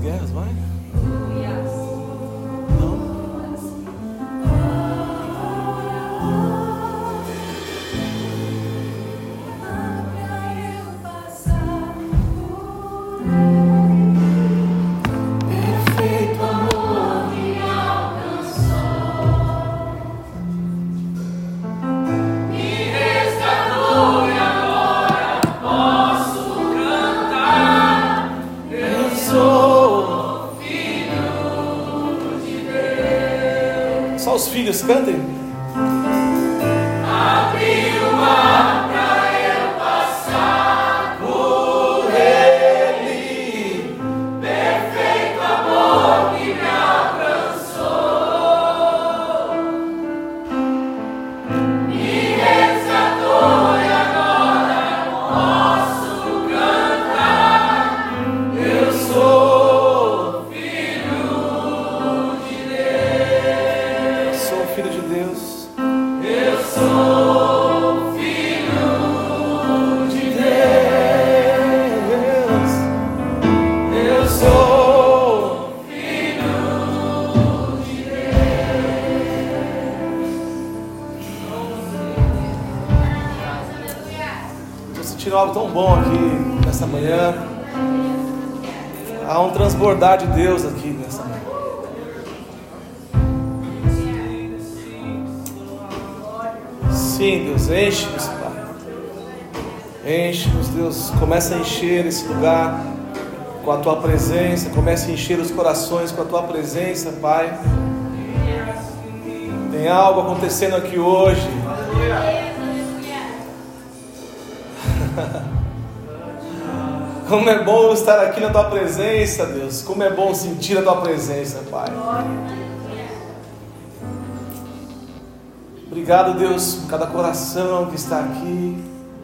guerras, vai? Os filhos cantem. Abriu o mar pra eu passar por ele, perfeito amor que me alcançou, me resgatou e agora eu posso cantar. Eu sou filho de Deus. Eu sou filho de Deus. Eu sou filho de Deus. Estou sentindo algo tão bom aqui nessa manhã. Há um transbordar de Deus aqui nessa manhã. Sim, Deus, enche-nos, Pai. Enche-nos, Deus. Começa a encher esse lugar com a Tua presença. Começa a encher os corações com a Tua presença, Pai. Tem algo acontecendo aqui hoje. Como é bom estar aqui na Tua presença, Deus. Como é bom sentir a Tua presença, Pai. Obrigado, Deus, por cada coração que está aqui.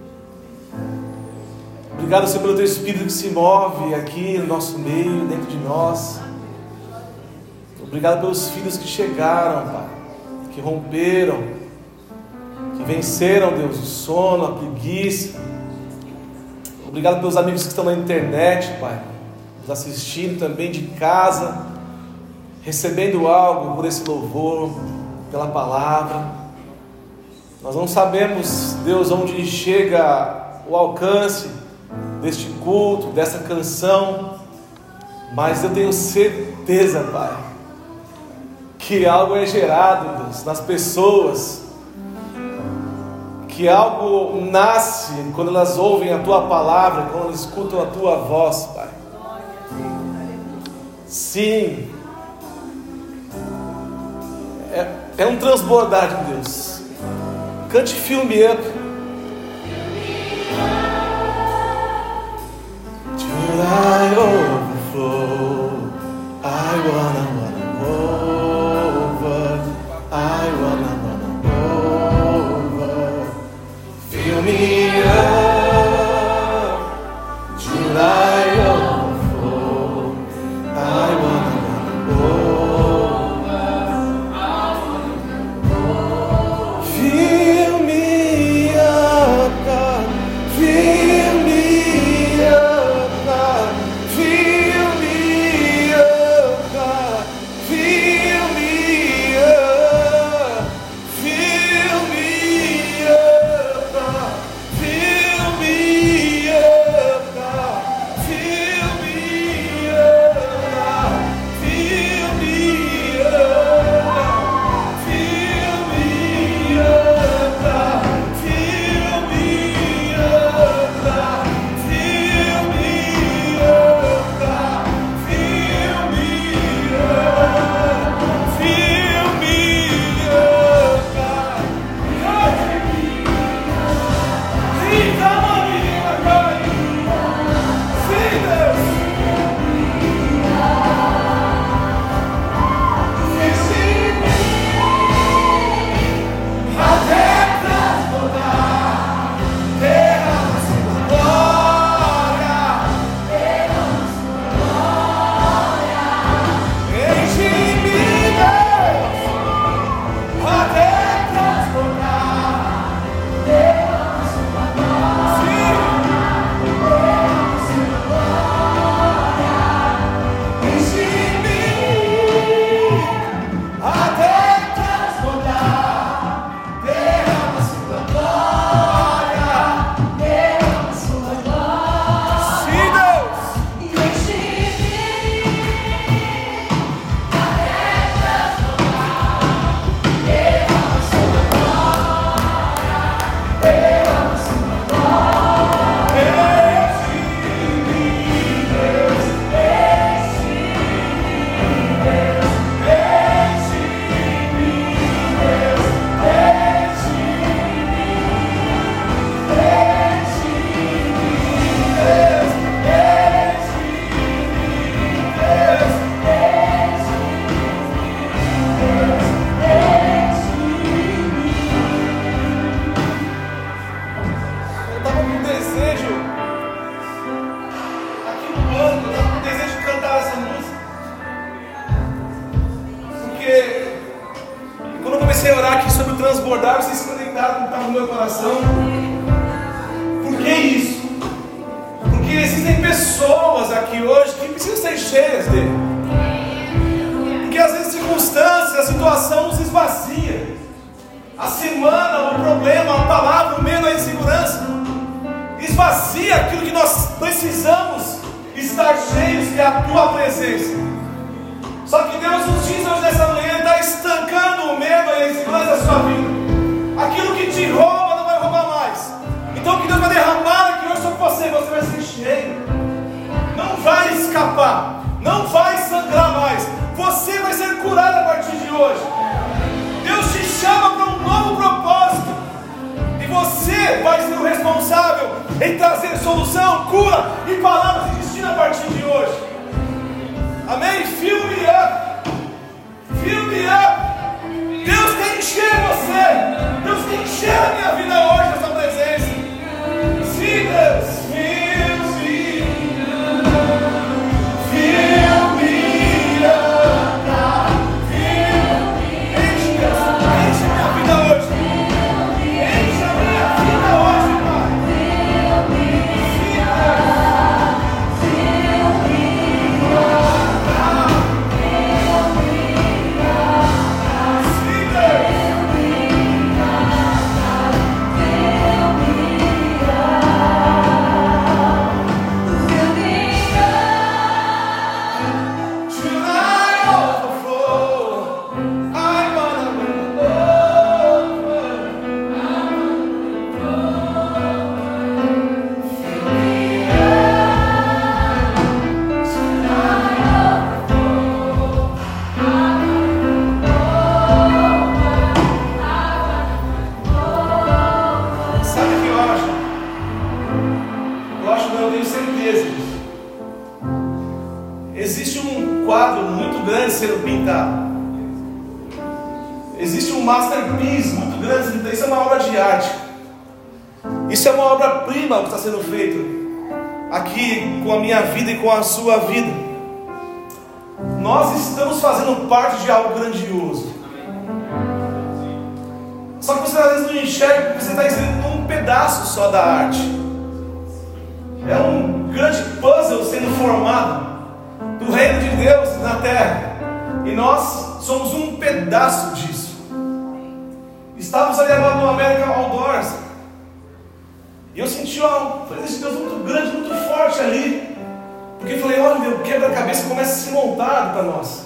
Obrigado, Senhor, pelo Teu Espírito que se move aqui no nosso meio, dentro de nós. Obrigado pelos filhos que chegaram, Pai, que romperam, que venceram, Deus, o sono, a preguiça. Obrigado pelos amigos que estão na internet, Pai, nos assistindo também de casa, recebendo algo por esse louvor, pela palavra. Nós não sabemos, Deus, onde chega o alcance deste culto, dessa canção, mas eu tenho certeza, Pai, que algo é gerado, Deus, nas pessoas, que algo nasce quando elas ouvem a Tua palavra, quando elas escutam a Tua voz, Pai. Sim, é um transbordar de Deus. Cante Fill Me Up. Till I overflow, I wanna over, I wanna over. Fill me up, till I overflow, I wanna over. Fill transbordar, vocês se conectaram com o que está no meu coração. Por que isso? Porque existem pessoas aqui hoje que precisam ser cheias dele. Porque às vezes circunstâncias, a situação nos esvazia. A semana, o problema, a palavra, o medo, a insegurança esvazia aquilo que nós precisamos estar cheios, que é a tua presença. Só que Deus nos diz hoje nessa manhã, Ele está estancando o medo e a insegurança da sua vida. Aquilo que te rouba não vai roubar mais. Então o que Deus vai derramar aqui hoje sobre você vai ser cheio. Não vai escapar, não vai sangrar mais. Você vai ser curado a partir de hoje. Deus te chama para um novo propósito. E você vai ser o responsável em trazer solução, cura e palavras de destino a partir de hoje. Amém? Fill me up. Fill me up. Deus quer encher você. Deus quer encher a minha vida hoje nessa presença. Sim, Deus. Fill me up. Fill me up. Sendo pintado. Existe um masterpiece muito grande. Isso é uma obra de arte. Isso é uma obra-prima que está sendo feito aqui com a minha vida e com a sua vida. Nós estamos fazendo parte de algo grandioso. Só que você às vezes não enxerga porque você está inserido num pedaço só da arte. É um grande puzzle sendo formado do reino de Deus na terra. E nós somos um pedaço disso. Estávamos ali agora no American Outdoors. E eu senti uma presença de Deus muito grande, muito forte ali. Porque eu falei, olha, meu quebra-cabeça começa a ser montado para nós.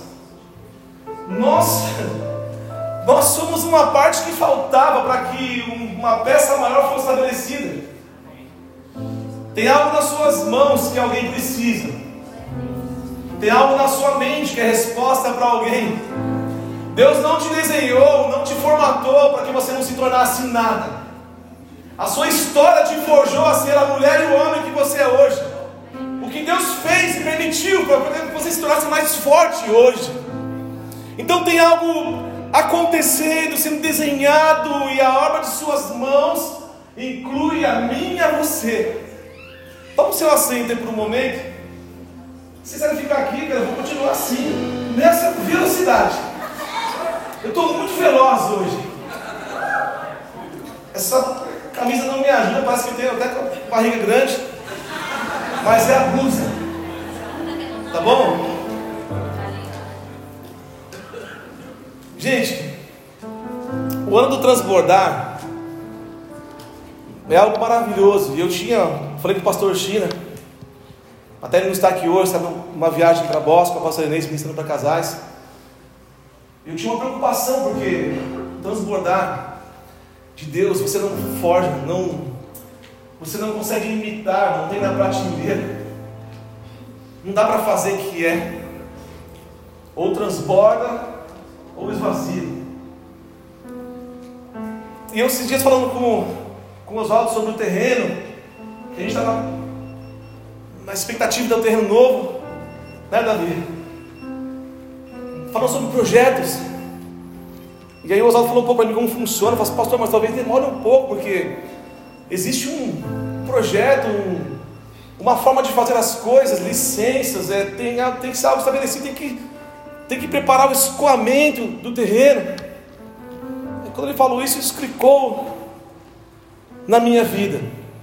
Nós somos uma parte que faltava para que uma peça maior fosse estabelecida. Tem algo nas suas mãos que alguém precisa. Tem algo na sua mente que é resposta para alguém. Deus não te desenhou, não te formatou para que você não se tornasse nada. A sua história te forjou a ser a mulher e o homem que você é hoje. O que Deus fez e permitiu para que você se tornasse mais forte hoje. Então tem algo acontecendo, sendo desenhado, e a obra de suas mãos inclui a mim e a você. Toma o seu assento aí por um momento. Se vocês querem ficar aqui, cara, eu vou continuar assim, nessa velocidade. Eu estou muito veloz hoje. Essa camisa não me ajuda, parece que eu tenho até com a barriga grande. Mas é a blusa. Tá bom? Gente, o ano do transbordar é algo maravilhoso. E eu falei com o pastor China, até ele não está aqui hoje, sabe, uma viagem para Boston, com a pastora Inês ministrando para casais. Eu tinha uma preocupação, porque transbordar de Deus, você não forja, você não consegue imitar, não tem na prateleira. Não dá para fazer que é. Ou transborda, ou esvazia. E eu esses dias falando com o Oswaldo sobre o terreno, que a gente estava na expectativa de um terreno novo, né, Davi? Falando sobre projetos. E aí o Oswaldo falou um pouco para mim como funciona. Eu falei assim, pastor, mas talvez demore um pouco, porque existe um projeto, uma forma de fazer as coisas, licenças, tem que ser algo estabelecido, tem que preparar o escoamento do terreno. quando ele falou isso clicou na minha vida.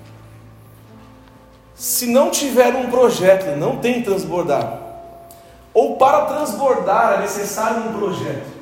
Se não tiver um projeto, não tem transbordar. Ou para transbordar é necessário um projeto.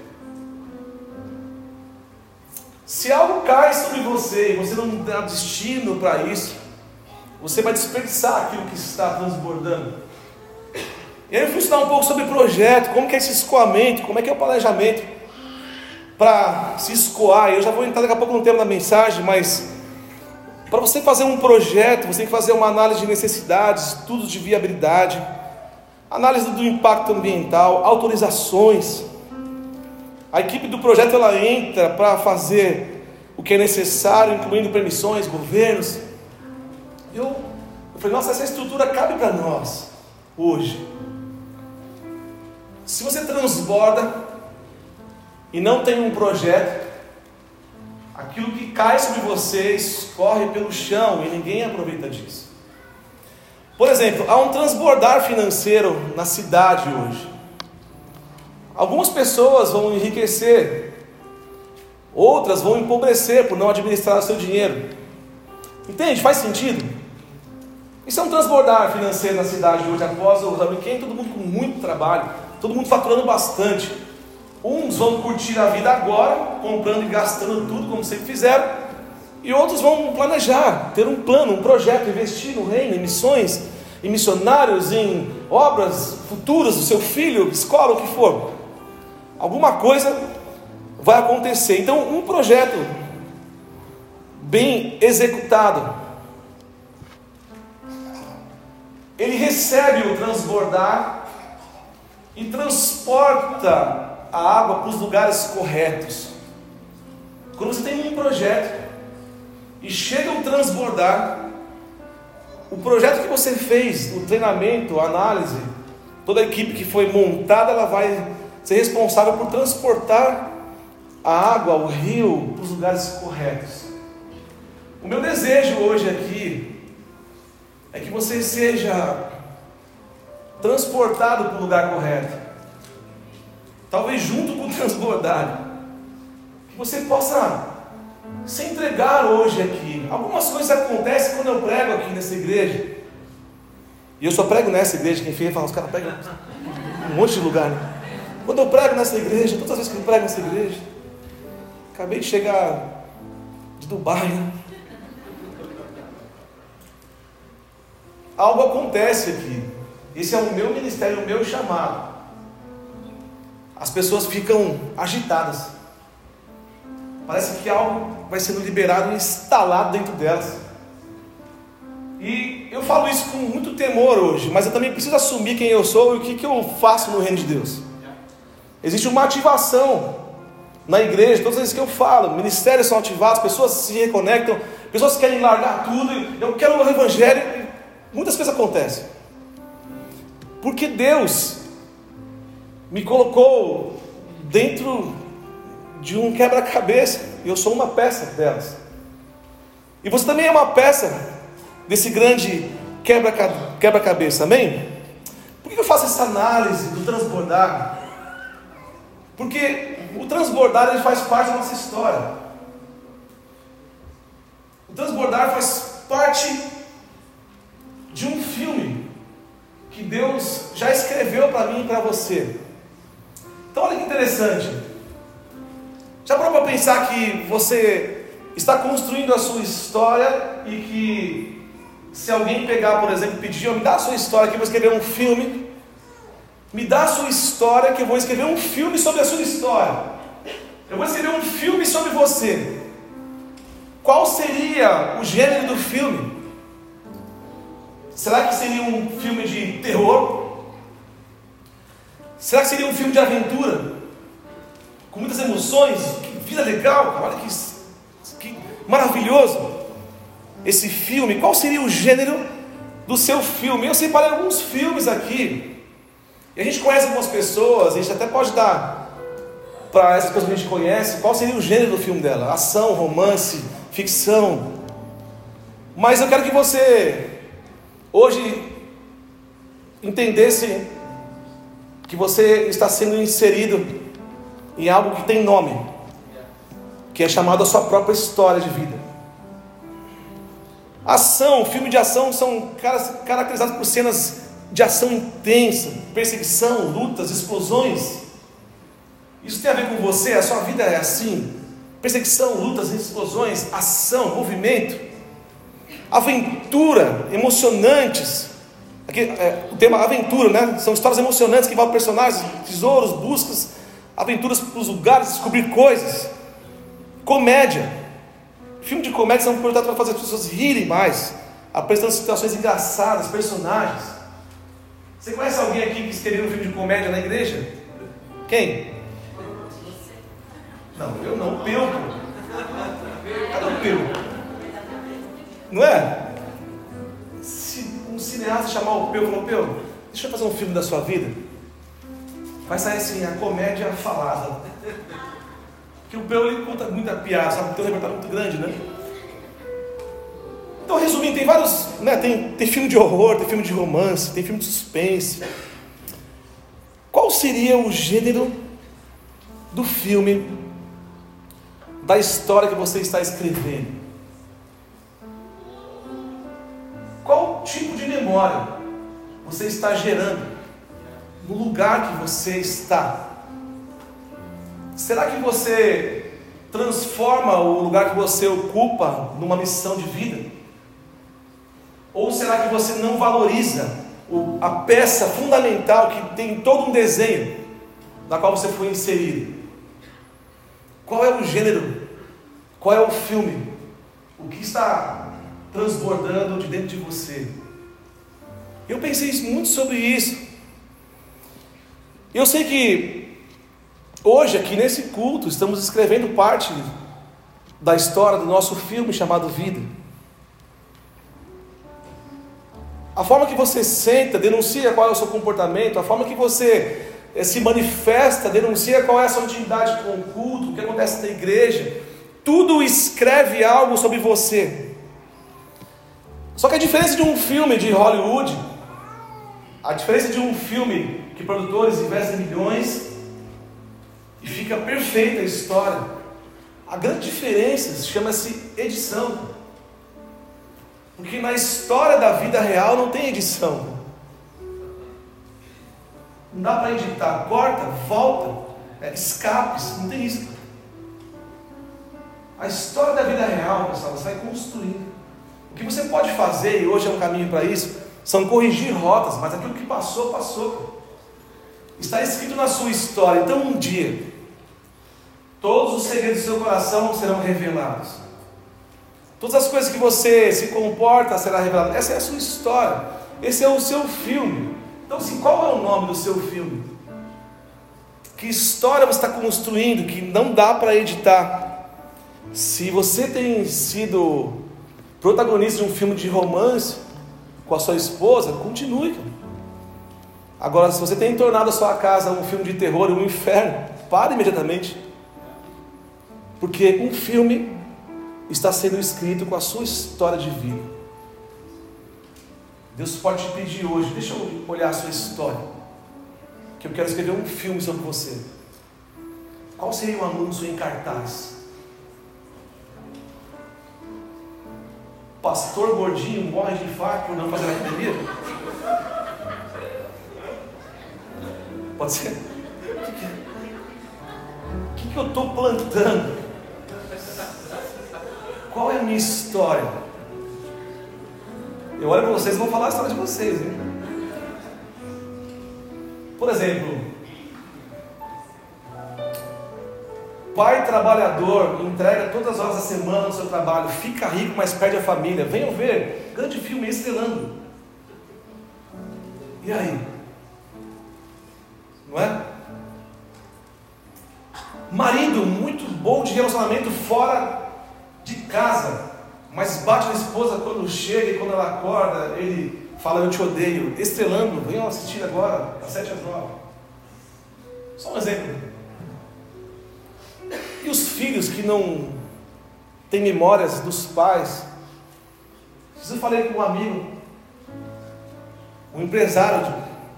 Se algo cai sobre você e você não dá destino para isso, você vai desperdiçar aquilo que está transbordando. E aí eu fui estudar um pouco sobre projeto, como que é esse escoamento, como é que é o planejamento para se escoar. Eu já vou entrar daqui a pouco no tema da mensagem, mas para você fazer um projeto, você tem que fazer uma análise de necessidades, estudos de viabilidade, análise do impacto ambiental, autorizações. A equipe do projeto ela entra para fazer o que é necessário, incluindo permissões, governos. Eu falei, nossa, essa estrutura cabe para nós hoje. Se você transborda e não tem um projeto, aquilo que cai sobre você escorre pelo chão e ninguém aproveita disso. Por exemplo, há um transbordar financeiro na cidade hoje. Algumas pessoas vão enriquecer, outras vão empobrecer por não administrar o seu dinheiro. Entende? Faz sentido? Isso é um transbordar financeiro na cidade hoje, após o weekend, todo mundo com muito trabalho, todo mundo faturando bastante. Uns vão curtir a vida agora, comprando e gastando tudo, como sempre fizeram, e outros vão planejar, ter um plano, um projeto, investir no reino, em missões, em missionários, em obras futuras do seu filho, escola, o que for. Alguma coisa vai acontecer. Então, um projeto bem executado, ele recebe o transbordar e transporta a água para os lugares corretos. Quando você tem um projeto e chega o transbordar, o projeto que você fez, o treinamento, a análise, toda a equipe que foi montada, ela vai ser responsável por transportar a água, o rio, para os lugares corretos. O meu desejo hoje aqui é que você seja transportado para o lugar correto, talvez junto com o transbordar, que você possa se entregar hoje aqui. Algumas coisas acontecem quando eu prego aqui nessa igreja, e eu só prego nessa igreja. Quem fica fala, os caras pregam um monte de lugar, né? Quando eu prego nessa igreja, todas as vezes que eu prego nessa igreja, acabei de chegar de Dubai, né? Algo acontece aqui. Esse é o meu ministério, o meu chamado. As pessoas ficam agitadas. Parece que algo vai sendo liberado e instalado dentro delas. E eu falo isso com muito temor hoje, mas eu também preciso assumir quem eu sou e o que eu faço no reino de Deus. Existe uma ativação na igreja, todas as vezes que eu falo, ministérios são ativados, pessoas se reconectam, pessoas querem largar tudo, eu quero o evangelho, e muitas coisas acontecem. Porque Deus me colocou dentro de um quebra-cabeça, e eu sou uma peça delas. E você também é uma peça desse grande quebra-cabeça, amém? Por que eu faço essa análise do transbordar? Porque o transbordar ele faz parte da nossa história. O transbordar faz parte de um filme que Deus já escreveu para mim e para você. Então olha que interessante. Já parou para pensar que você está construindo a sua história e que se alguém pegar, por exemplo, pedir, me dá a sua história que eu vou escrever um filme, me dá a sua história que eu vou escrever um filme sobre a sua história, eu vou escrever um filme sobre você. Qual seria o gênero do filme? Será que seria um filme de terror? Será que seria um filme de aventura? Com muitas emoções? Que vida legal, olha que maravilhoso esse filme. Qual seria o gênero do seu filme? Eu separei alguns filmes aqui, e a gente conhece algumas pessoas, a gente até pode dar para essas pessoas que a gente conhece, qual seria o gênero do filme dela: ação, romance, ficção. Mas eu quero que você hoje entendesse que você está sendo inserido em algo que tem nome, que é chamado a sua própria história de vida. Ação, filme de ação são caracterizados por cenas de ação intensa, perseguição, lutas, explosões. Isso tem a ver com você? A sua vida é assim? Perseguição, lutas, explosões, ação, movimento, aventura, emocionantes. Aqui, o tema aventura, né? São histórias emocionantes que envolvem personagens, tesouros, buscas, aventuras para os lugares, descobrir coisas. Comédia. Filme de comédia são projetos para fazer as pessoas rirem mais, apresentando situações engraçadas, personagens. Você conhece alguém aqui que escreveu um filme de comédia na igreja? Quem? Não, eu não, o Peu. Cadê o Peu? Não é? Se um cineasta chamar o Peu e falar: Peu, deixa eu fazer um filme da sua vida, vai sair assim, a comédia falada. Porque o Peu, ele conta muita piada, sabe? Tem um repertório muito grande, né? Então, resumindo, tem vários, né? Tem filme de horror, tem filme de romance, tem filme de suspense. Qual seria o gênero do filme, da história que você está escrevendo? Qual tipo de memória você está gerando no lugar que você está? Será que você transforma o lugar que você ocupa numa missão de vida? Ou será que você não valoriza a peça fundamental que tem todo um desenho na qual você foi inserido? Qual é o gênero? Qual é o filme? O que está transbordando de dentro de você? Eu pensei muito sobre isso. Eu sei que hoje, aqui nesse culto, estamos escrevendo parte da história do nosso filme chamado Vida. A forma que você senta denuncia qual é o seu comportamento, a forma que você se manifesta denuncia qual é a sua intimidade com o culto, o que acontece na igreja. Tudo escreve algo sobre você. Só que a diferença de um filme de Hollywood, a diferença de um filme que produtores investem milhões e fica perfeita a história, a grande diferença chama-se edição. Porque na história da vida real não tem edição. Não dá para editar, corta, volta, escapes, não tem isso. A história da vida real, pessoal, você vai construindo. O que você pode fazer, e hoje é um caminho para isso, são corrigir rotas, mas aquilo que passou, passou. Está escrito na sua história. Então um dia, todos os segredos do seu coração serão revelados. Todas as coisas que você se comporta será revelado. Essa é a sua história. Esse é o seu filme. Então, assim, qual é o nome do seu filme? Que história você está construindo que não dá para editar? Se você tem sido protagonista de um filme de romance com a sua esposa, continue. Agora, se você tem tornado a sua casa um filme de terror, um inferno, pare imediatamente. Porque um filme está sendo escrito com a sua história de vida. Deus pode te pedir hoje: deixa eu olhar a sua história, que eu quero escrever um filme sobre você. Qual seria o anúncio em cartaz? Pastor gordinho morre de infarto por não fazer academia? Pode ser? O que eu estou plantando? Qual é a minha história? Eu olho para vocês e vou falar a história de vocês, hein? Por exemplo, pai trabalhador, entrega todas as horas da semana no seu trabalho, fica rico, mas perde a família. Venham ver, grande filme, Estrelando. E aí? Não é? Marido muito bom de relacionamento fora de casa, mas bate na esposa quando chega, e quando ela acorda, ele fala: eu te odeio. Estrelando, venham assistir agora, às 7 às 9. Só um exemplo. E os filhos que não têm memórias dos pais? Eu falei com um amigo, um empresário,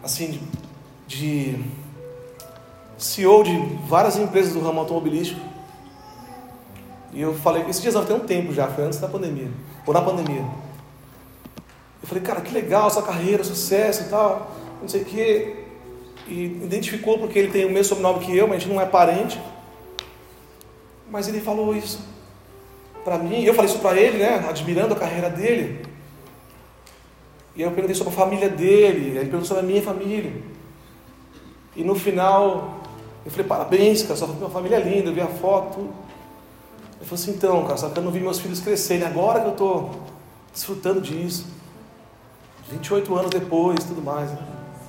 de CEO de várias empresas do ramo automobilístico. E eu falei, esses dias não, tem um tempo já, foi antes da pandemia, ou na pandemia. Eu falei, cara, que legal, sua carreira, sucesso e tal, não sei o quê. E identificou porque ele tem o mesmo sobrenome que eu, mas a gente não é parente. Mas ele falou isso para mim, eu falei isso para ele, né, admirando a carreira dele. E aí eu perguntei sobre a família dele, ele perguntou sobre a minha família. E no final, eu falei, parabéns, cara, sua família é linda, eu vi a foto, tudo. Ele falou assim, então, cara, só que eu não vi meus filhos crescerem, agora que eu estou desfrutando disso. 28 anos depois, tudo mais. Né?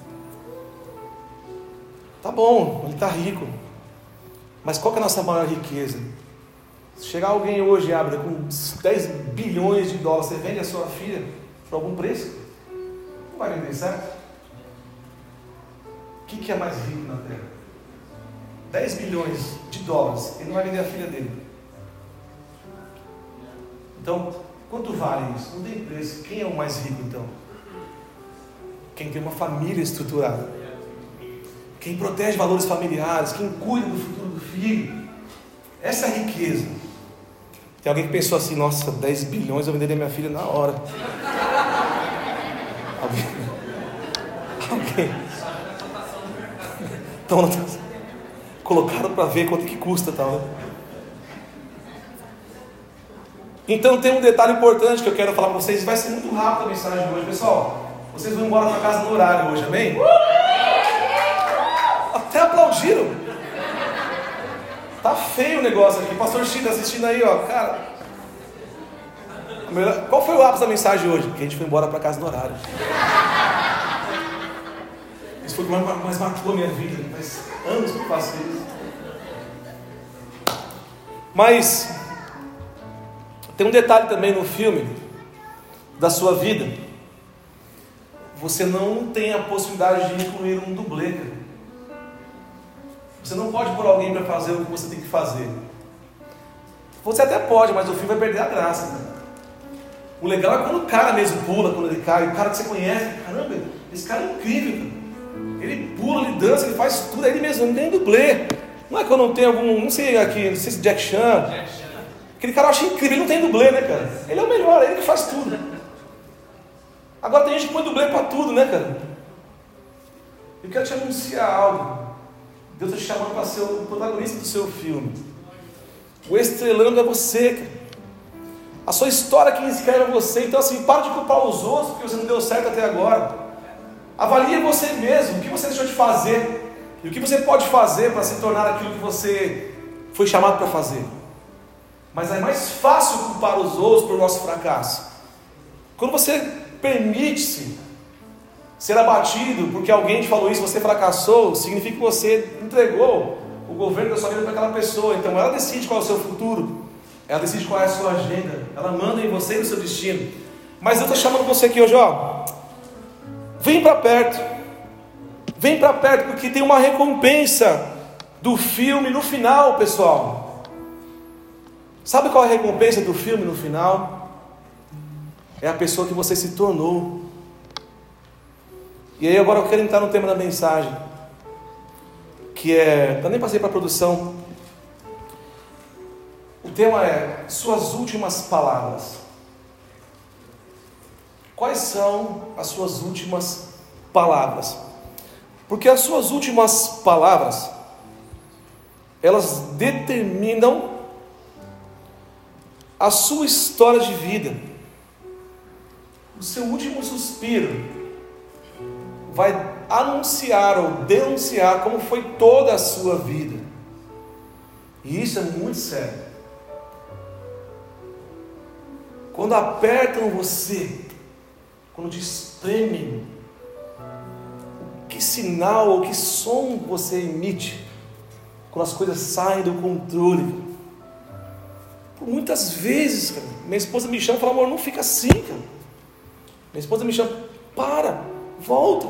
Tá bom, ele está rico. Mas qual que é a nossa maior riqueza? Se chegar alguém hoje e abre com 10 bilhões de dólares, você vende a sua filha por algum preço? Não vai vender, certo? O que é mais rico na Terra? 10 bilhões de dólares, ele não vai vender a filha dele. Então, quanto vale isso? Não tem preço. Quem é o mais rico então? Quem tem uma família estruturada. Quem protege valores familiares, quem cuida do futuro do filho. Essa é a riqueza. Tem alguém que pensou assim, nossa, 10 bilhões eu venderia minha filha na hora. Alguém. Então, colocaram para ver quanto que custa tal, né? Então tem um detalhe importante que eu quero falar para vocês. Vai ser muito rápido a mensagem de hoje, pessoal. Vocês vão embora para casa no horário hoje, amém? Até aplaudiram. Tá feio o negócio aqui. Pastor Chico assistindo aí, ó. Cara, qual foi o ápice da mensagem hoje? Que a gente foi embora para casa no horário. Isso foi o que mais marcou a minha vida. Faz anos que eu faço isso. Mas tem um detalhe também no filme da sua vida. Você não tem a possibilidade de incluir um dublê, cara. Você não pode pôr alguém para fazer o que você tem que fazer. Você até pode, mas o filme vai perder a graça, né? O legal é quando o cara mesmo pula, quando ele cai. O cara que você conhece, caramba, esse cara é incrível, cara. Ele pula, ele dança, ele faz tudo, é ele mesmo, não tem dublê. Não é que eu não tenho algum, não sei aqui, não sei se Jack Chan. Aquele cara eu acho incrível, ele não tem dublê, né, cara? Ele é o melhor, é ele que faz tudo. Agora tem gente que põe dublê para tudo, né, cara? Eu quero te anunciar algo. Deus está te chamando para ser o protagonista do seu filme. O estrelando é você, cara. A sua história quem escreve é você. Então assim, para de culpar os outros porque você não deu certo até agora. Avalie você mesmo, o que você deixou de fazer e o que você pode fazer para se tornar aquilo que você foi chamado para fazer. Mas é mais fácil culpar os outros pelo nosso fracasso. Quando você permite-se ser abatido porque alguém te falou isso, você fracassou, significa que você entregou o governo da sua vida para aquela pessoa. Então ela decide qual é o seu futuro, ela decide qual é a sua agenda, ela manda em você e no seu destino. Mas eu estou chamando você aqui hoje, ó. Vem para perto, porque tem uma recompensa do filme no final, pessoal. Sabe qual é a recompensa do filme no final? É a pessoa que você se tornou. E aí agora eu quero entrar no tema da mensagem, que é, eu nem passei para a produção. O tema é suas últimas palavras. Quais são as suas últimas palavras? Porque as suas últimas palavras, elas determinam a sua história de vida. O seu último suspiro vai anunciar ou denunciar como foi toda a sua vida. E isso é muito sério. Quando apertam você, quando te espremem, que sinal ou que som você emite quando as coisas saem do controle? Por muitas vezes, cara, minha esposa me chama e fala, amor, não fica assim, cara. Minha esposa me chama, para, volta.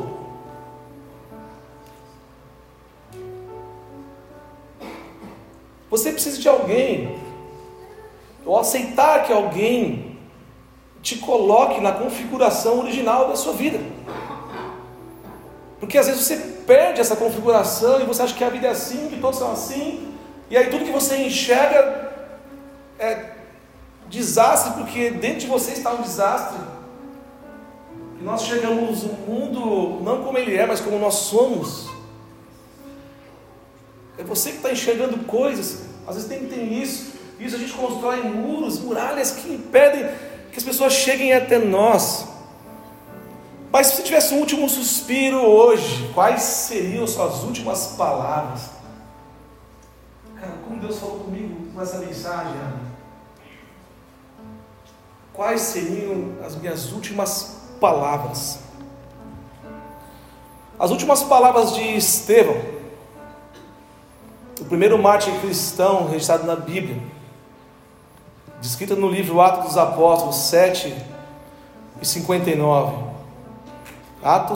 Você precisa de alguém, ou aceitar que alguém te coloque na configuração original da sua vida. Porque às vezes você perde essa configuração e você acha que a vida é assim, que todos são assim, e aí tudo que você enxerga desastre, porque dentro de você está um desastre. E nós chegamos no mundo não como ele é, mas como nós somos. É você que está enxergando coisas. Às vezes tem isso a gente constrói muros, muralhas que impedem que as pessoas cheguem até nós. Mas se você tivesse um último suspiro hoje, quais seriam suas últimas palavras? Cara, como Deus falou comigo com essa mensagem, Ana? Quais seriam as minhas últimas palavras? As últimas palavras de Estevão, o primeiro mártir cristão registrado na Bíblia, descrita no livro Atos dos Apóstolos 7:59. Atos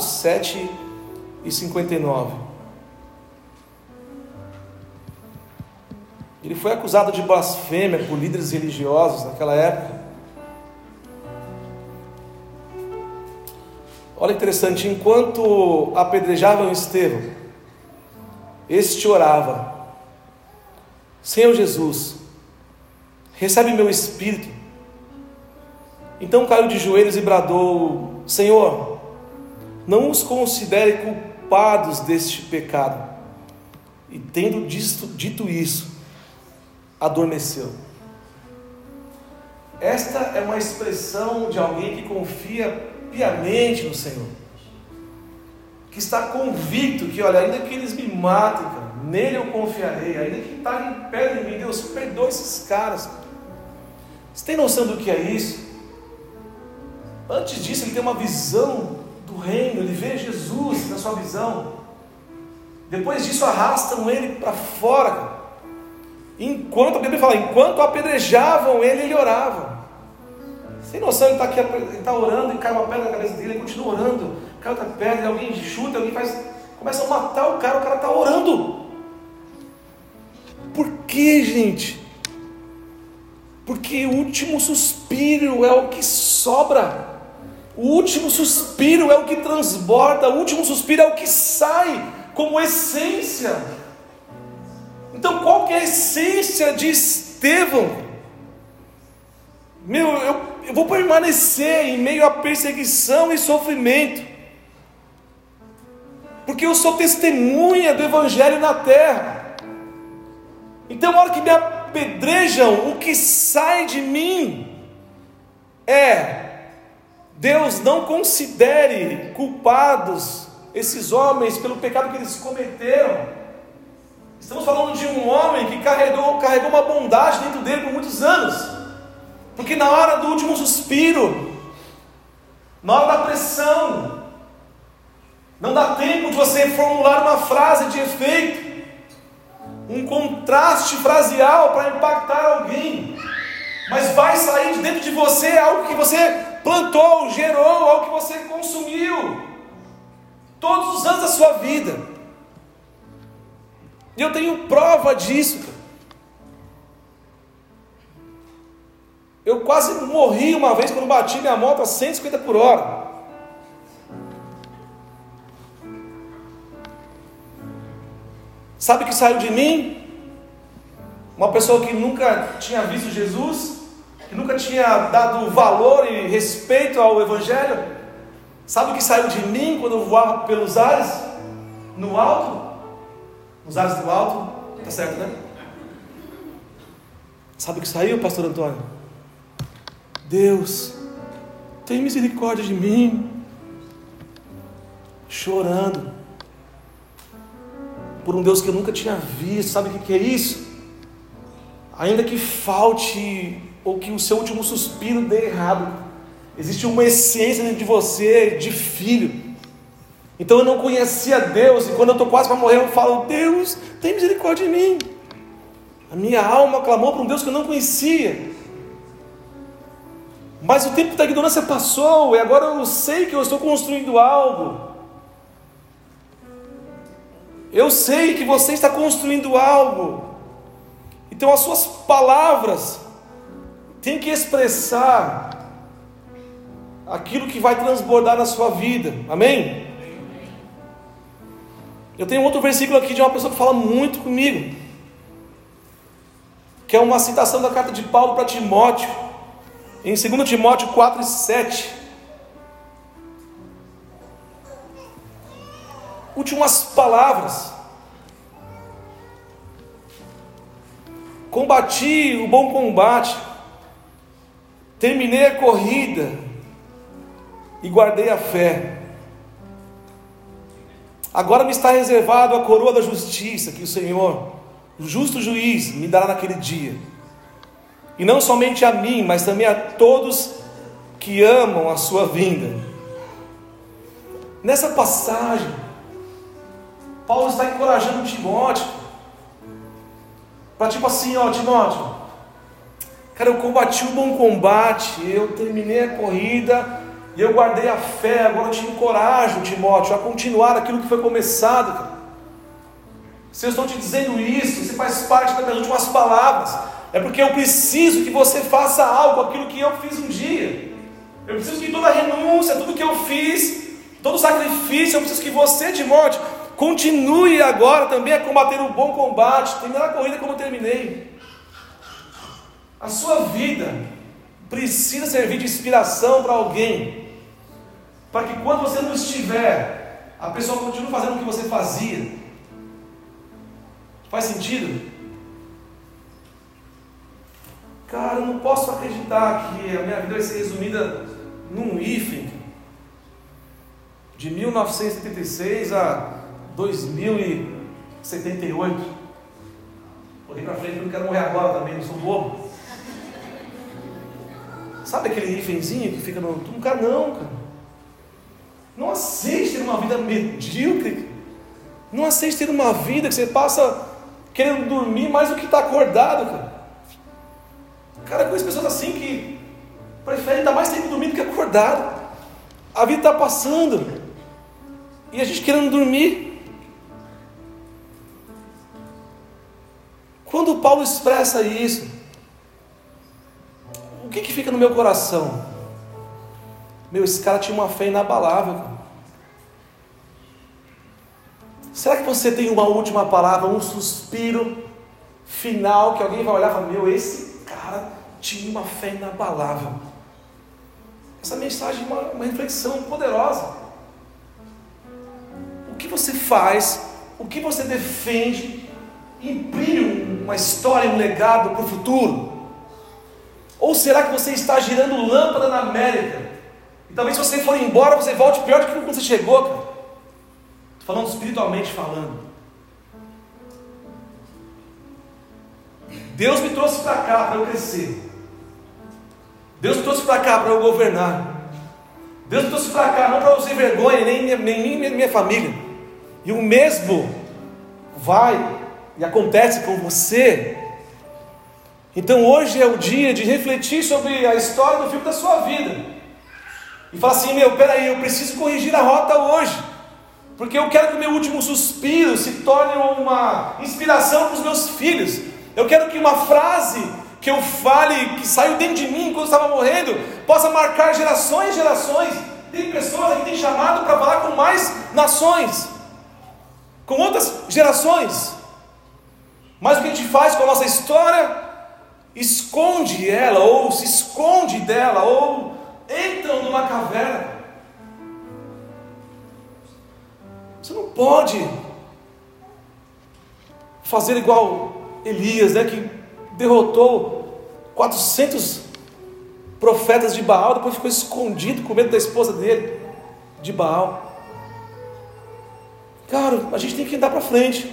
7:59. Ele foi acusado de blasfêmia por líderes religiosos naquela época. Olha interessante, enquanto apedrejavam Estevão, este orava: Senhor Jesus, recebe meu espírito. Então caiu de joelhos e bradou: Senhor, não os considere culpados deste pecado. E tendo dito isso, adormeceu. Esta é uma expressão de alguém que confia piamente no Senhor, que está convicto que, olha, ainda que eles me matem, cara, nele eu confiarei, ainda que talhem pedra em mim, Deus, perdoa esses caras. Você tem noção do que é isso? Antes disso, ele tem uma visão do reino, ele vê Jesus na sua visão. Depois disso, arrastam ele para fora, cara. Enquanto, a Bíblia fala, enquanto apedrejavam ele, ele orava. Sem noção, ele está aqui, ele está orando e cai uma pedra na cabeça dele, ele continua orando, cai outra pedra, alguém chuta, alguém começa a matar o cara está orando. Por que, gente? Porque o último suspiro é o que sobra, o último suspiro é o que transborda, o último suspiro é o que sai como essência. Então, qual que é a essência de Estevão? Eu vou permanecer em meio à perseguição e sofrimento, porque eu sou testemunha do Evangelho na terra. Então, na hora que me apedrejam, o que sai de mim é: Deus, não considere culpados esses homens pelo pecado que eles cometeram. Estamos falando de um homem que carregou uma bondade dentro dele por muitos anos. Porque na hora do último suspiro, na hora da pressão, não dá tempo de você formular uma frase de efeito, um contraste fraseal para impactar alguém, mas vai sair de dentro de você algo que você plantou, gerou, algo que você consumiu todos os anos da sua vida. E eu tenho prova disso, cara. Eu quase morri uma vez quando bati minha moto a 150 por hora. Sabe o que saiu de mim? Uma pessoa que nunca tinha visto Jesus, que nunca tinha dado valor e respeito ao Evangelho. Sabe o que saiu de mim quando eu voava pelos ares? No alto? Nos ares do alto? Tá certo, né? Sabe o que saiu, pastor Antônio? Deus, tem misericórdia de mim. Chorando por um Deus que eu nunca tinha visto. Sabe o que é isso? Ainda que falte, ou que o seu último suspiro dê errado, existe uma essência dentro de você, de filho. Então eu não conhecia Deus, e quando eu estou quase para morrer, eu falo: Deus, tem misericórdia de mim. A minha alma clamou para um Deus que eu não conhecia. Mas o tempo da ignorância passou, e agora eu sei que eu estou construindo algo. Eu sei que você está construindo algo. Então as suas palavras têm que expressar aquilo que vai transbordar na sua vida. Amém? Eu tenho outro versículo aqui de uma pessoa que fala muito comigo. que é uma citação da carta de Paulo para Timóteo, em 2 Timóteo 4:7. Últimas palavras: combati o bom combate, terminei a corrida e guardei a fé. Agora me está reservado a coroa da justiça, que o Senhor, o justo juiz, me dará naquele dia. E não somente a mim, mas também a todos que amam a sua vinda. Nessa passagem, Paulo está encorajando Timóteo, para tipo assim, ó, Timóteo, cara, eu combati o bom combate, eu terminei a corrida, e eu guardei a fé. Agora eu te encorajo, Timóteo, a continuar aquilo que foi começado, cara. Se eu estou te dizendo isso, você faz parte das minhas últimas palavras, é porque eu preciso que você faça algo, aquilo que eu fiz um dia. Eu preciso que toda a renúncia, tudo que eu fiz, todo o sacrifício, eu preciso que você, Timóteo, continue agora também a combater o bom combate, terminar a corrida como eu terminei. A sua vida precisa servir de inspiração para alguém, para que quando você não estiver, a pessoa continue fazendo o que você fazia. Faz sentido? Cara, eu não posso acreditar que a minha vida vai ser resumida num hífen de 1976 a 2078. Corri pra frente, eu não quero morrer agora também, não sou bobo. Sabe aquele hífenzinho que fica no... Não quero não, cara. Não aceite ter uma vida medíocre. Não aceite ter uma vida que você passa querendo dormir mais do que está acordado, cara. Cara, eu conheço pessoas assim que preferem estar mais tempo dormindo do que acordado. A vida está passando e a gente querendo dormir. Quando Paulo expressa isso, o que fica no meu coração? Meu, esse cara tinha uma fé inabalável, cara. Será que você tem uma última palavra, um suspiro final, que alguém vai olhar e falar, meu, esse cara tinha uma fé inabalável? Essa mensagem é uma reflexão poderosa. O que você faz, o que você defende, imprime uma história, um legado para o futuro? Ou será que você está girando lâmpada na América? E talvez se você for embora, você volte pior do que quando você chegou, cara. Estou falando espiritualmente falando. Deus me trouxe para cá para eu crescer. Deus me trouxe para cá para eu governar. Deus me trouxe para cá não para eu ser vergonha, nem minha família. E o mesmo vai e acontece com você. Então hoje é o dia de refletir sobre a história do filme da sua vida. E falar assim, meu, peraí, eu preciso corrigir a rota hoje. Porque eu quero que o meu último suspiro se torne uma inspiração para os meus filhos. Eu quero que uma frase que eu fale, que saiu dentro de mim quando eu estava morrendo, possa marcar gerações e gerações. Tem pessoas que têm chamado para falar com mais nações, com outras gerações. Mas o que a gente faz com a nossa história? Esconde ela, ou se esconde dela, ou entram numa caverna. Você não pode fazer igual Elias, né, que derrotou 400 profetas de Baal, depois ficou escondido com medo da esposa dele, de Baal. Cara, a gente tem que andar para frente.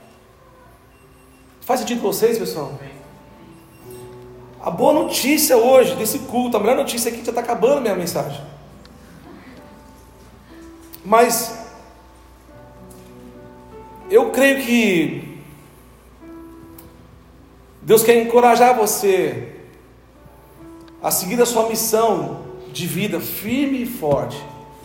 Faz sentido para vocês, pessoal? A boa notícia hoje desse culto, a melhor notícia é que já está acabando a minha mensagem. Mas eu creio que Deus quer encorajar você a seguir a sua missão de vida firme e forte.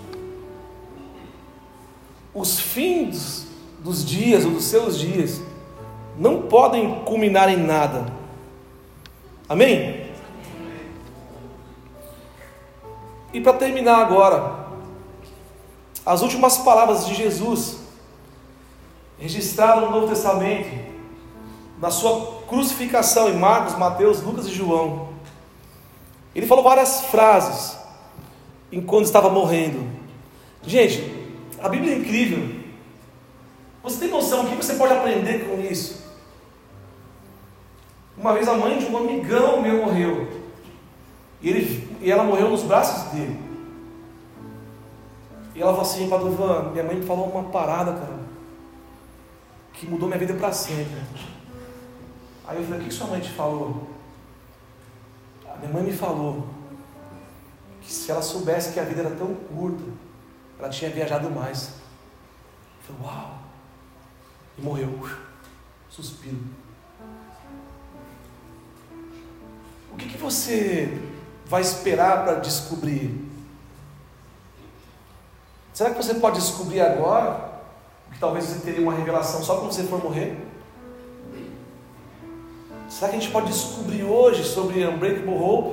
Os fins dos dias ou dos seus dias não podem culminar em nada. Amém? E para terminar agora, as últimas palavras de Jesus registradas no Novo Testamento, na sua crucificação em Marcos, Mateus, Lucas e João. Ele falou várias frases enquanto estava morrendo. Gente, a Bíblia é incrível. Você tem noção do que você pode aprender com isso? Uma vez a mãe de um amigão meu morreu. E ela morreu nos braços dele. E ela falou assim: Padovan, minha mãe me falou uma parada, cara, que mudou minha vida para sempre. Aí eu falei: o que sua mãe te falou? A minha mãe me falou que se ela soubesse que a vida era tão curta, ela tinha viajado mais. Eu falei: uau! E morreu. Suspiro. O que você vai esperar para descobrir? Será que você pode descobrir agora? Que talvez você teria uma revelação só quando você for morrer? Será que a gente pode descobrir hoje sobre Unbreakable Hope?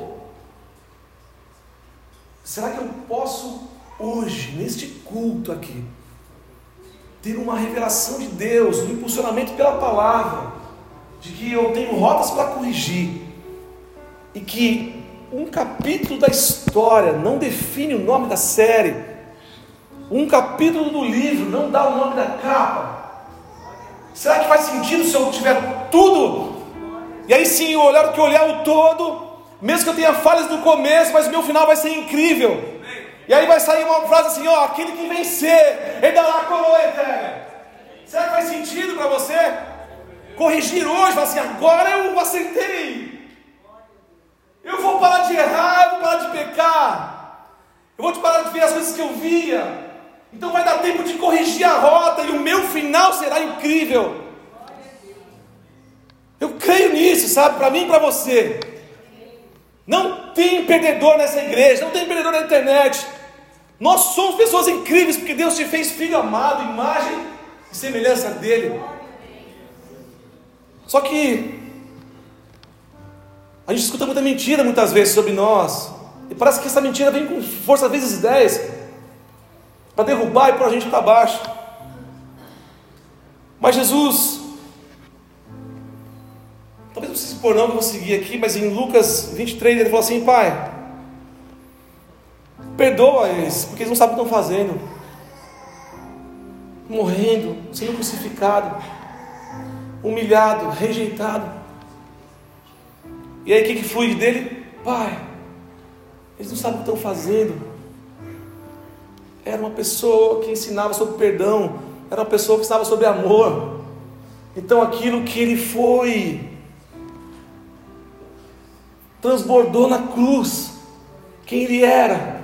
Será que eu posso hoje, neste culto aqui, ter uma revelação de Deus, um impulsionamento pela palavra, de que eu tenho rotas para corrigir, e que um capítulo da história não define o nome da série, um capítulo do livro não dá o nome da capa? Será que faz sentido se eu tiver tudo? E aí sim, eu olhar o todo, mesmo que eu tenha falhas no começo, mas o meu final vai ser incrível. E aí vai sair uma frase assim: ó, aquele que vencer, ele dará a coroa eterna. Será que faz sentido para você? Corrigir hoje, falar assim: agora eu acertei. Eu vou parar de errar, eu vou parar de pecar. Eu vou parar de ver as coisas que eu via. Então vai dar tempo de corrigir a rota e o meu final será incrível. Eu creio nisso, sabe? Para mim e para você. Não tem perdedor nessa igreja, não tem perdedor na internet. Nós somos pessoas incríveis porque Deus te fez filho amado, imagem e semelhança dele. Só que a gente escuta muita mentira muitas vezes sobre nós, e parece que essa mentira vem com força vezes 10 para derrubar e pôr a gente para baixo. Mas Jesus, talvez não precise pôr não, que eu vou seguir aqui, mas em Lucas 23 ele falou assim: Pai, perdoa eles, porque eles não sabem o que estão fazendo, morrendo, sendo crucificado, humilhado, rejeitado. E aí o que flui dele? Pai, eles não sabem o que estão fazendo. Era uma pessoa que ensinava sobre perdão, era uma pessoa que ensinava sobre amor. Então aquilo que ele foi, transbordou na cruz, quem ele era.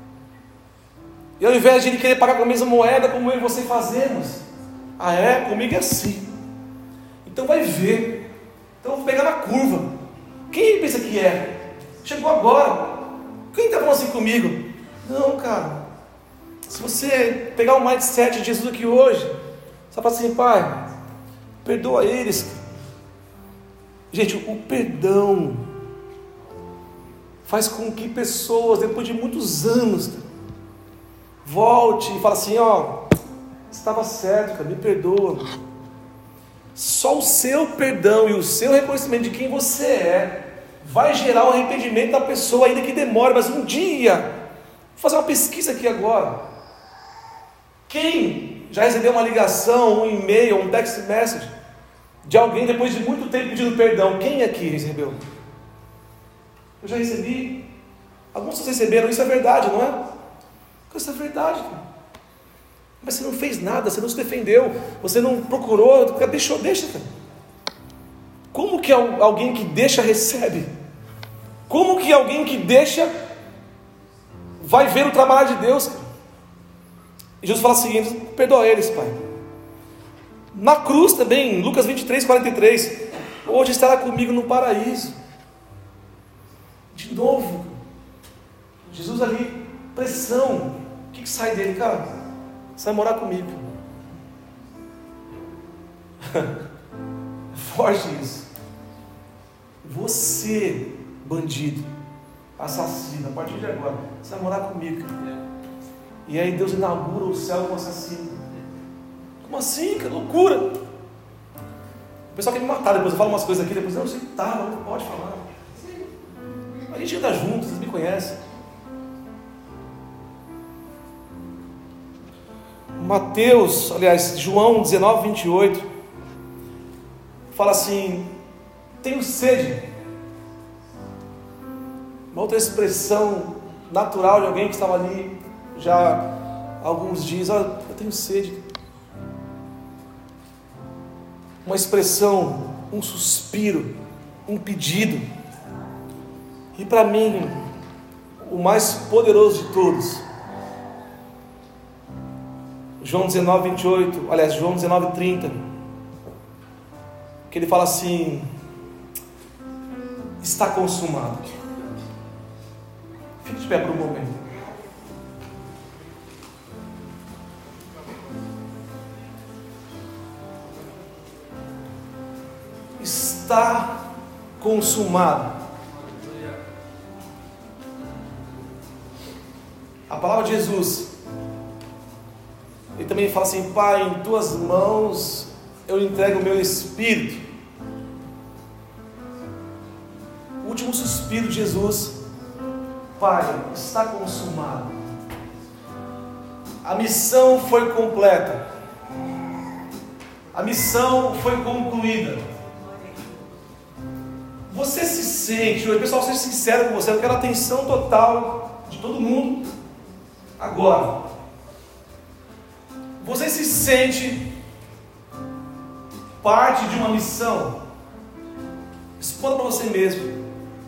E ao invés de ele querer pagar com a mesma moeda como eu e você fazemos, comigo é assim, então vai ver, então eu vou pegar na curva. Quem pensa que é? Chegou agora. Quem está falando assim comigo? Não, cara. Se você pegar o mindset de Jesus aqui hoje, você fala assim: Pai, perdoa eles. Gente, o perdão faz com que pessoas, depois de muitos anos, volte e fale assim: ó, estava certo, cara, me perdoa. Só o seu perdão e o seu reconhecimento de quem você é vai gerar o arrependimento da pessoa, ainda que demore, mas um dia. Vou fazer uma pesquisa aqui agora. Quem já recebeu uma ligação, um e-mail, um text message de alguém depois de muito tempo pedindo perdão? Quem aqui recebeu? Eu já recebi. Alguns vocês receberam. Isso é verdade, não é? Isso é verdade, cara. Mas você não fez nada, você não se defendeu, você não procurou, deixa, cara. Como que alguém que deixa recebe? Como que alguém que deixa vai ver o trabalho de Deus, cara? E Jesus fala o seguinte: perdoa eles, Pai. Na cruz também, Lucas 23, 43, hoje estará comigo no paraíso. De novo, Jesus ali, pressão. O que sai dele, cara? Você vai morar comigo. Forte isso. Você, bandido, assassino, a partir de agora, você vai morar comigo. E aí Deus inaugura o céu com o assassino. Como assim? Que loucura! O pessoal quer me matar depois, eu falo umas coisas aqui, depois, não sei, tá, não pode falar. A gente anda junto, vocês me conhecem. Mateus, aliás, João 19, 28, fala assim: tenho sede. Uma outra expressão natural de alguém que estava ali já há alguns dias: olha, eu tenho sede. Uma expressão, um suspiro, um pedido. E para mim, o mais poderoso de todos, João 19, 28, aliás, João 19, 30, que ele fala assim: está consumado. Fique de pé por um momento. Está consumado. A palavra de Jesus, ele também fala assim: Pai, em tuas mãos eu entrego o meu espírito. O último suspiro de Jesus: Pai, está consumado. A missão foi completa. A missão foi concluída. Você se sente, o pessoal, seja sincero com você, eu quero a atenção total de todo mundo agora. Você se sente parte de uma missão? Responda para você mesmo.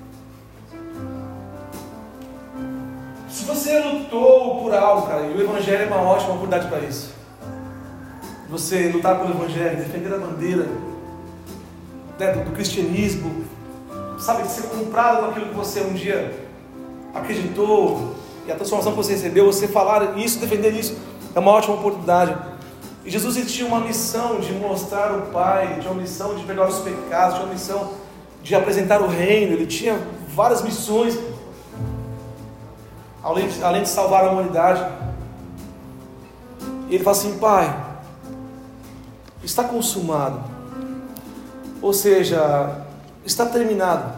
Se você lutou por algo, cara, e o Evangelho é uma ótima oportunidade para isso. Você lutar pelo Evangelho, defender a bandeira, né, do cristianismo, sabe, ser comprado com aquilo que você um dia acreditou, e a transformação que você recebeu, você falar isso, defender isso, é uma ótima oportunidade. E Jesus, ele tinha uma missão de mostrar o Pai, ele tinha uma missão de perdoar os pecados, tinha uma missão de apresentar o reino, ele tinha várias missões, além de salvar a humanidade. E ele fala assim: Pai, está consumado, ou seja, está terminado.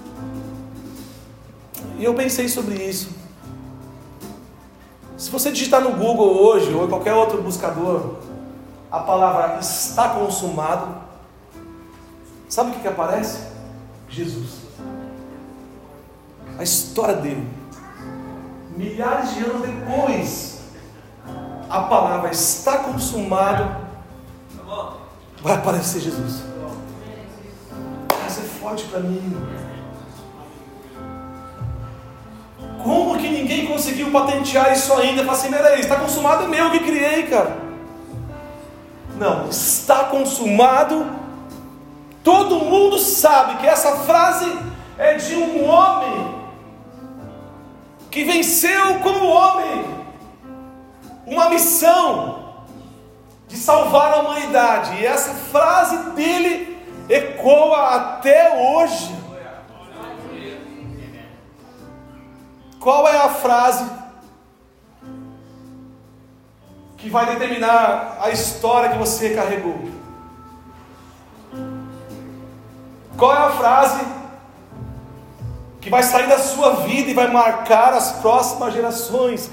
E eu pensei sobre isso. Se você digitar no Google hoje, ou em qualquer outro buscador, a palavra está consumado, sabe o que aparece? Jesus. A história dele. Milhares de anos depois, a palavra está consumado, vai aparecer Jesus. Isso é forte para mim. Como que ninguém conseguiu patentear isso ainda? Fala assim: peraí, está consumado, é meu que criei, cara. Não, está consumado. Todo mundo sabe que essa frase é de um homem que venceu como homem uma missão de salvar a humanidade. E essa frase dele ecoa até hoje. Qual é a frase que vai determinar a história que você carregou? Qual é a frase que vai sair da sua vida e vai marcar as próximas gerações?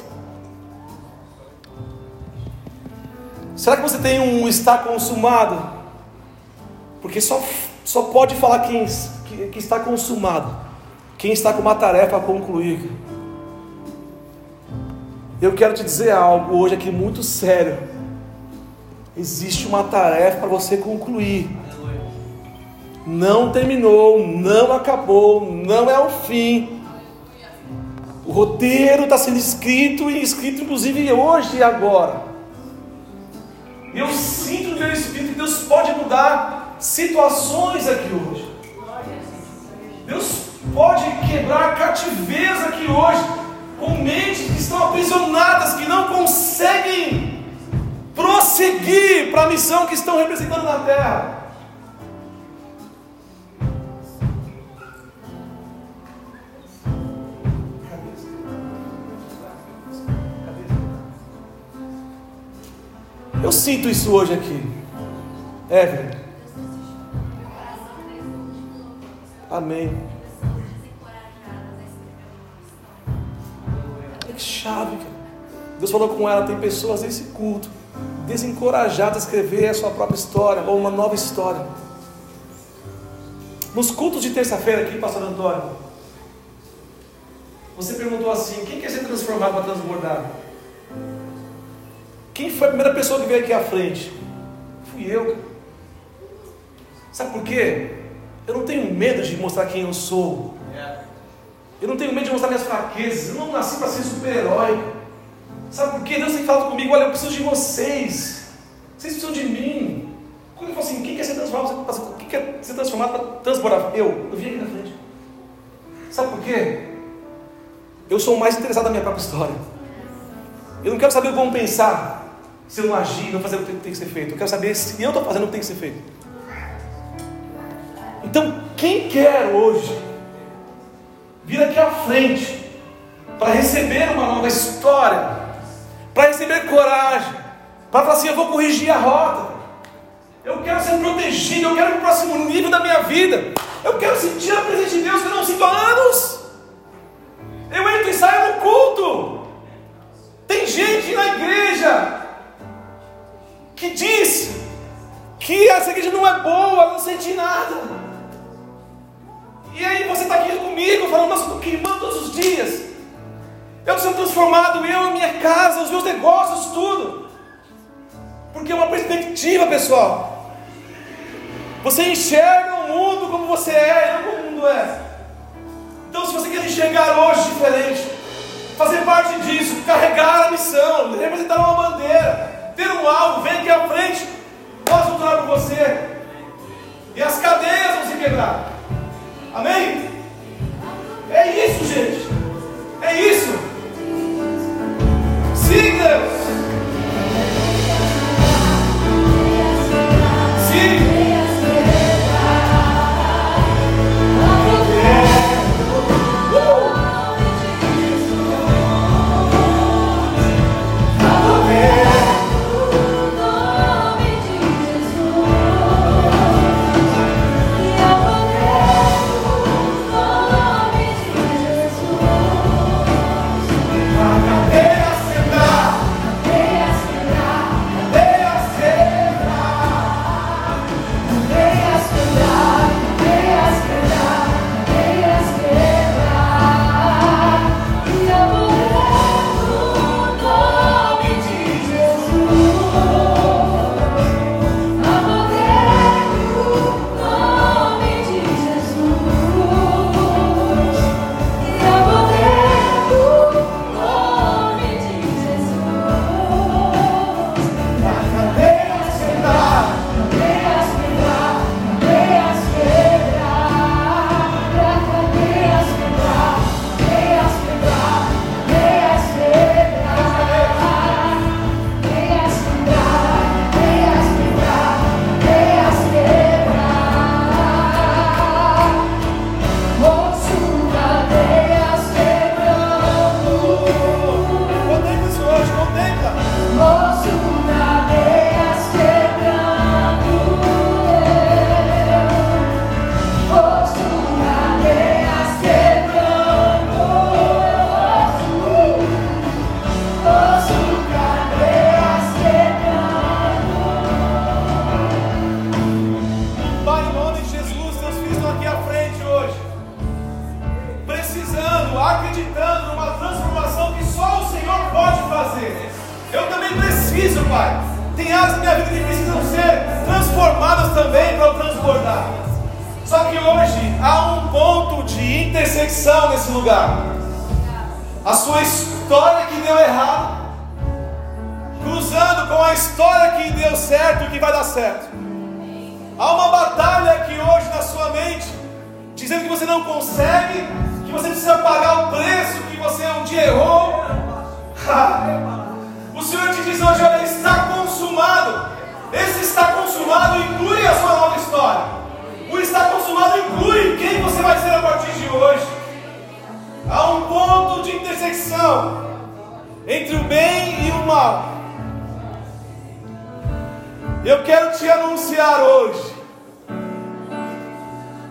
Será que você tem um está consumado? Porque só pode falar quem está consumado, quem está com uma tarefa a concluir. Eu quero te dizer algo hoje aqui muito sério. Existe uma tarefa para você concluir. Não terminou, não acabou, não é o fim. O roteiro está sendo escrito, e escrito inclusive hoje e agora. E eu sinto no meu espírito que Deus pode mudar situações aqui hoje. Deus pode quebrar cativeiros aqui hoje, com mentes que estão aprisionadas, que não conseguem prosseguir para a missão que estão representando na terra. Eu sinto isso hoje aqui, Evelyn. Amém. Que chave, cara. Deus falou com ela, tem pessoas nesse culto desencorajadas a escrever a sua própria história, ou uma nova história. Nos cultos de terça-feira aqui, pastor Antônio, você perguntou assim, quem quer ser transformado para transbordar? Quem foi a primeira pessoa que veio aqui à frente? Fui eu. Sabe por quê? Eu não tenho medo de mostrar quem eu sou. Eu não tenho medo de mostrar minhas fraquezas. Eu não nasci para ser super-herói. Sabe por quê? Deus tem falado comigo, olha, eu preciso de vocês. Vocês precisam de mim. Quando ele falou assim, quem quer ser transformado? Quem quer ser transformado para transbordar? Eu vim aqui na frente. Sabe por quê? Eu sou o mais interessado na minha própria história. Eu não quero saber o que vão pensar se eu não agir, não fazer o que tem que ser feito. Eu quero saber se eu estou fazendo o que tem que ser feito. Então, quem quer hoje vir aqui à frente para receber uma nova história, para receber coragem, para falar assim, eu vou corrigir a rota, eu quero ser protegido, eu quero ir para o próximo nível da minha vida, eu quero sentir a presença de Deus que eu não sinto há anos. Eu entro e saio no culto. Tem gente na igreja que diz que essa igreja não é boa, eu não senti nada. E aí você está aqui comigo falando, nossa, estou queimando todos os dias. Eu estou sendo transformado, eu, a minha casa, os meus negócios, tudo. Porque é uma perspectiva, pessoal. Você enxerga o mundo como você é, não como o mundo é. Então, se você quer enxergar hoje diferente, fazer parte disso, carregar a missão, representar uma bandeira, ter um alvo, vem aqui à frente, nós vamos orar por você. E as cadeias vão se quebrar. Amém? É isso, gente. É isso. Sim, Deus. Sim.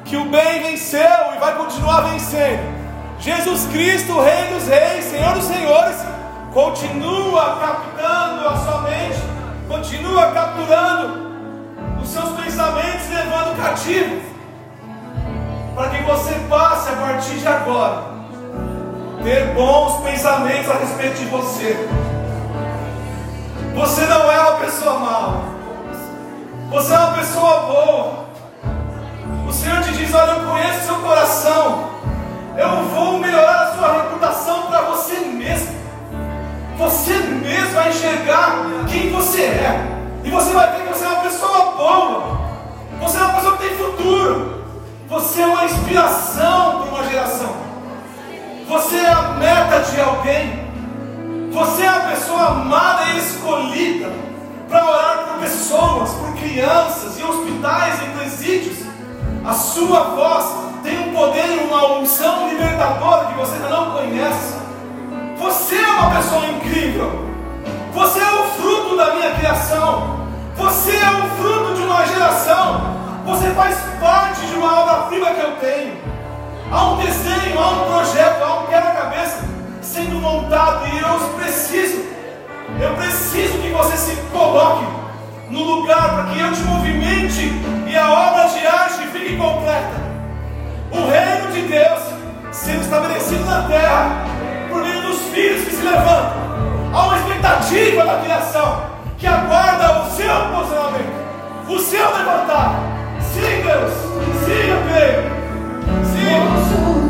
que o bem venceu e vai continuar vencendo. Jesus Cristo, o Rei dos Reis, Senhor dos Senhores, continua captando a sua mente, continua capturando os seus pensamentos, levando cativo, para que você passe a partir de agora ter bons pensamentos a respeito de você. Você não é uma pessoa má, você é uma pessoa boa. O Senhor te diz: olha, eu conheço o seu coração, eu vou melhorar a sua reputação para você mesmo. Você mesmo vai enxergar quem você é, e você vai ver que você é uma pessoa boa, você é uma pessoa que tem futuro, você é uma inspiração para uma geração, você é a meta de alguém, você é a pessoa amada e escolhida para orar por pessoas, por crianças, em hospitais, em presídios. A sua voz tem um poder e uma unção libertadora que você ainda não conhece. Você é uma pessoa incrível. Você é o fruto da minha criação. Você é o fruto de uma geração. Você faz parte de uma obra-prima que eu tenho. Há um desenho, há um projeto, há um quebra-cabeça sendo montado, e eu preciso que você se coloque no lugar para que eu te movimente e a obra de arte fique completa. O reino de Deus sendo estabelecido na terra por meio dos filhos que se levantam. Há uma expectativa da criação que aguarda o seu posicionamento, o seu levantar. Sim, Deus, sim, eu creio. Sim.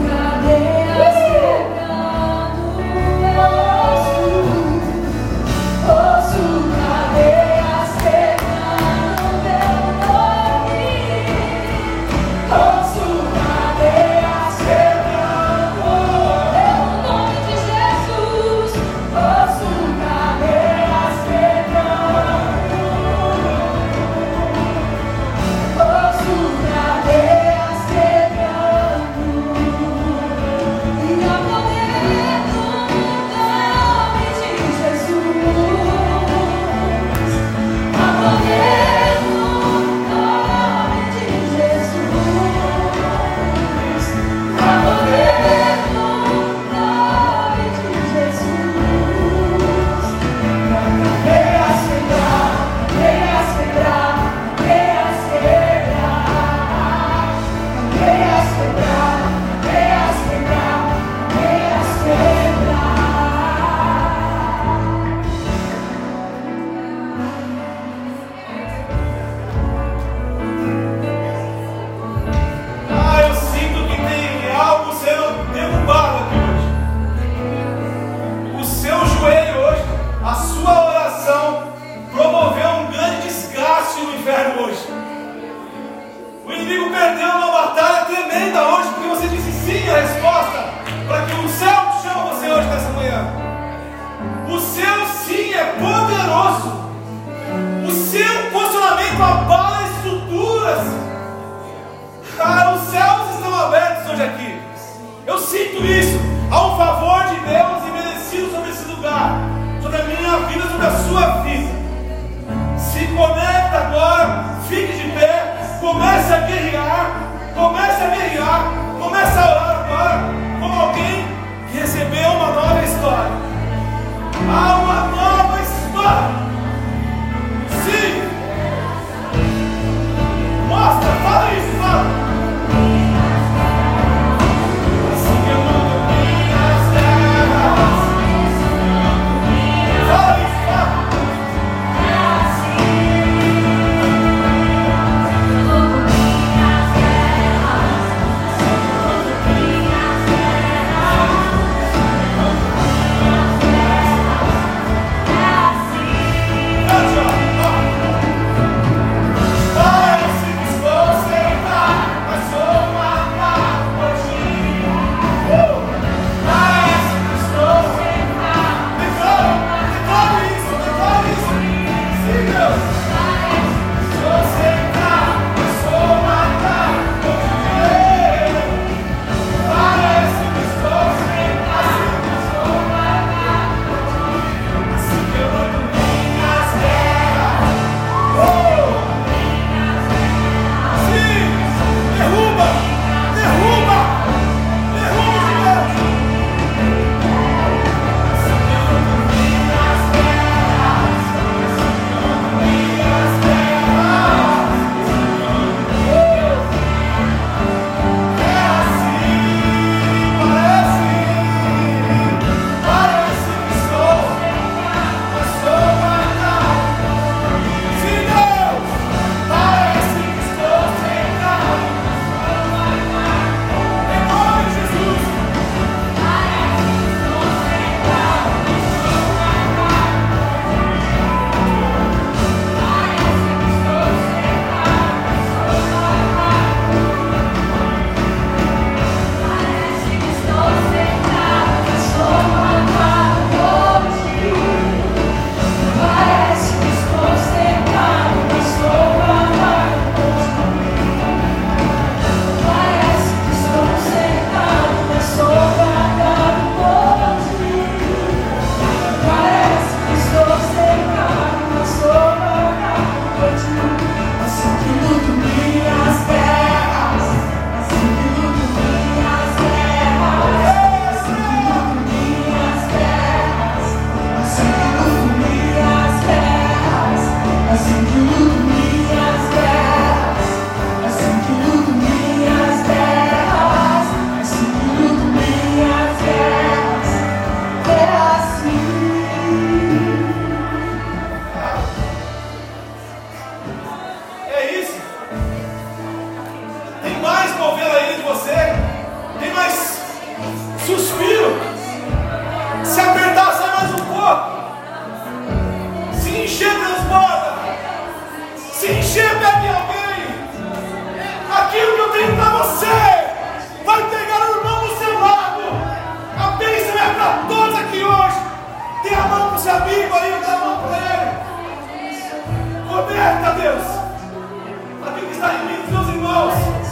mais suspiro. Se apertar, sai mais um pouco. Se encher, transborda. Se encher, pegue alguém. Aquilo que eu tenho para você vai pegar o irmão do seu lado. A bênção é para todos aqui hoje. Dê a mão para o seu amigo aí, dê a mão para ele. Conecta, Deus, aquilo que está em mim, dos meus irmãos.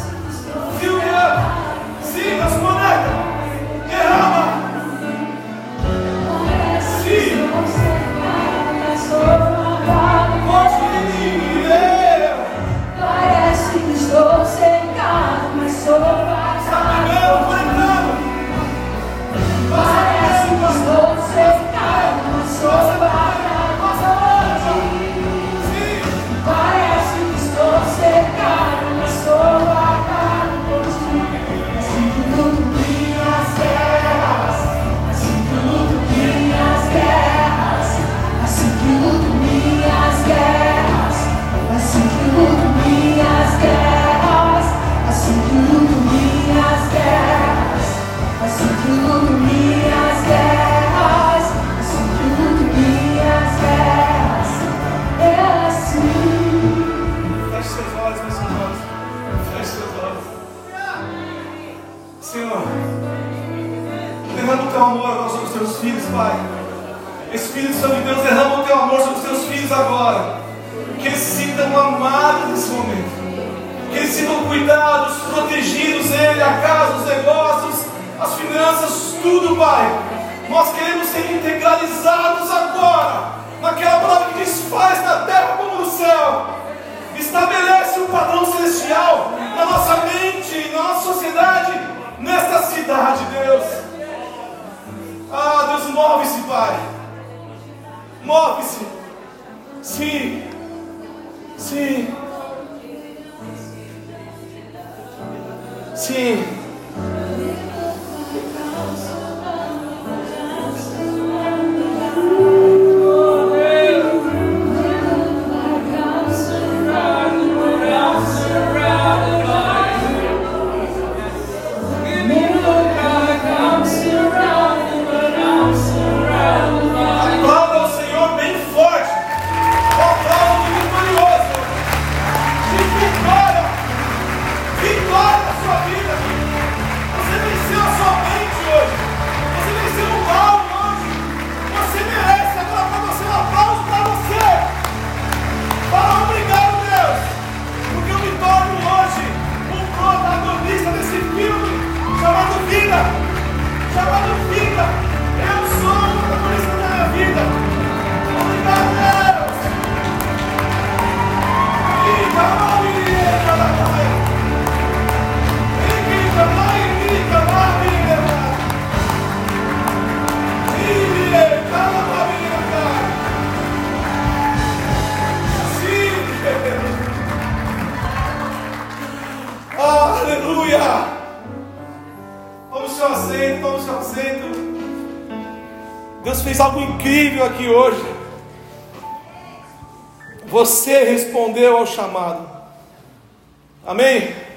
Sim, Deus, conecta. Derrama. Sim. Parece que estou secado, mas sou vagado. Parece que estou secado, mas sou vagado. Parece que estou secado, mas sou vagado por ti. Assim que luto minhas guerras, assim que luto minhas guerras, assim que luto minhas guerras, assim que luto minhas guerras, assim que luto minhas guerras, assim que luto minhas guerras, assim que luto minhas guerras. É assim. Feche seus olhos, meus irmãos. Feche seus olhos. Senhor, derrama o teu amor agora sobre os teus filhos, Pai. Espírito Santo de Deus, derrama o teu amor sobre os teus filhos agora. Que eles se sintam amados nesse momento. Que eles se sintam cuidados, protegidos, ele, a casa, os negócios, as finanças, tudo, Pai. Nós queremos ser integralizados agora naquela palavra que diz: faz na terra como no céu. Estabelece um padrão celestial na nossa mente, na nossa sociedade, nesta cidade, Deus. Ah, Deus, move-se, Pai. Move-se. Sim. Sim. Sim. Aplauda o Senhor bem forte. O aplauso vitorioso. De vitória. Vitória na sua vida. Você venceu a sua mente hoje. Você venceu o mal hoje. Você merece. Agora para você um aplauso para você. Fala obrigado, Deus. Porque eu me torno hoje um protagonista desse filme chamado vida. Chamado vida. Eu sou o protagonista da minha vida. Obrigado, Deus. Fica lá, aleluia! Toma o seu assento, toma o seu assento. Deus fez algo incrível aqui hoje. Você respondeu ao chamado. Amém?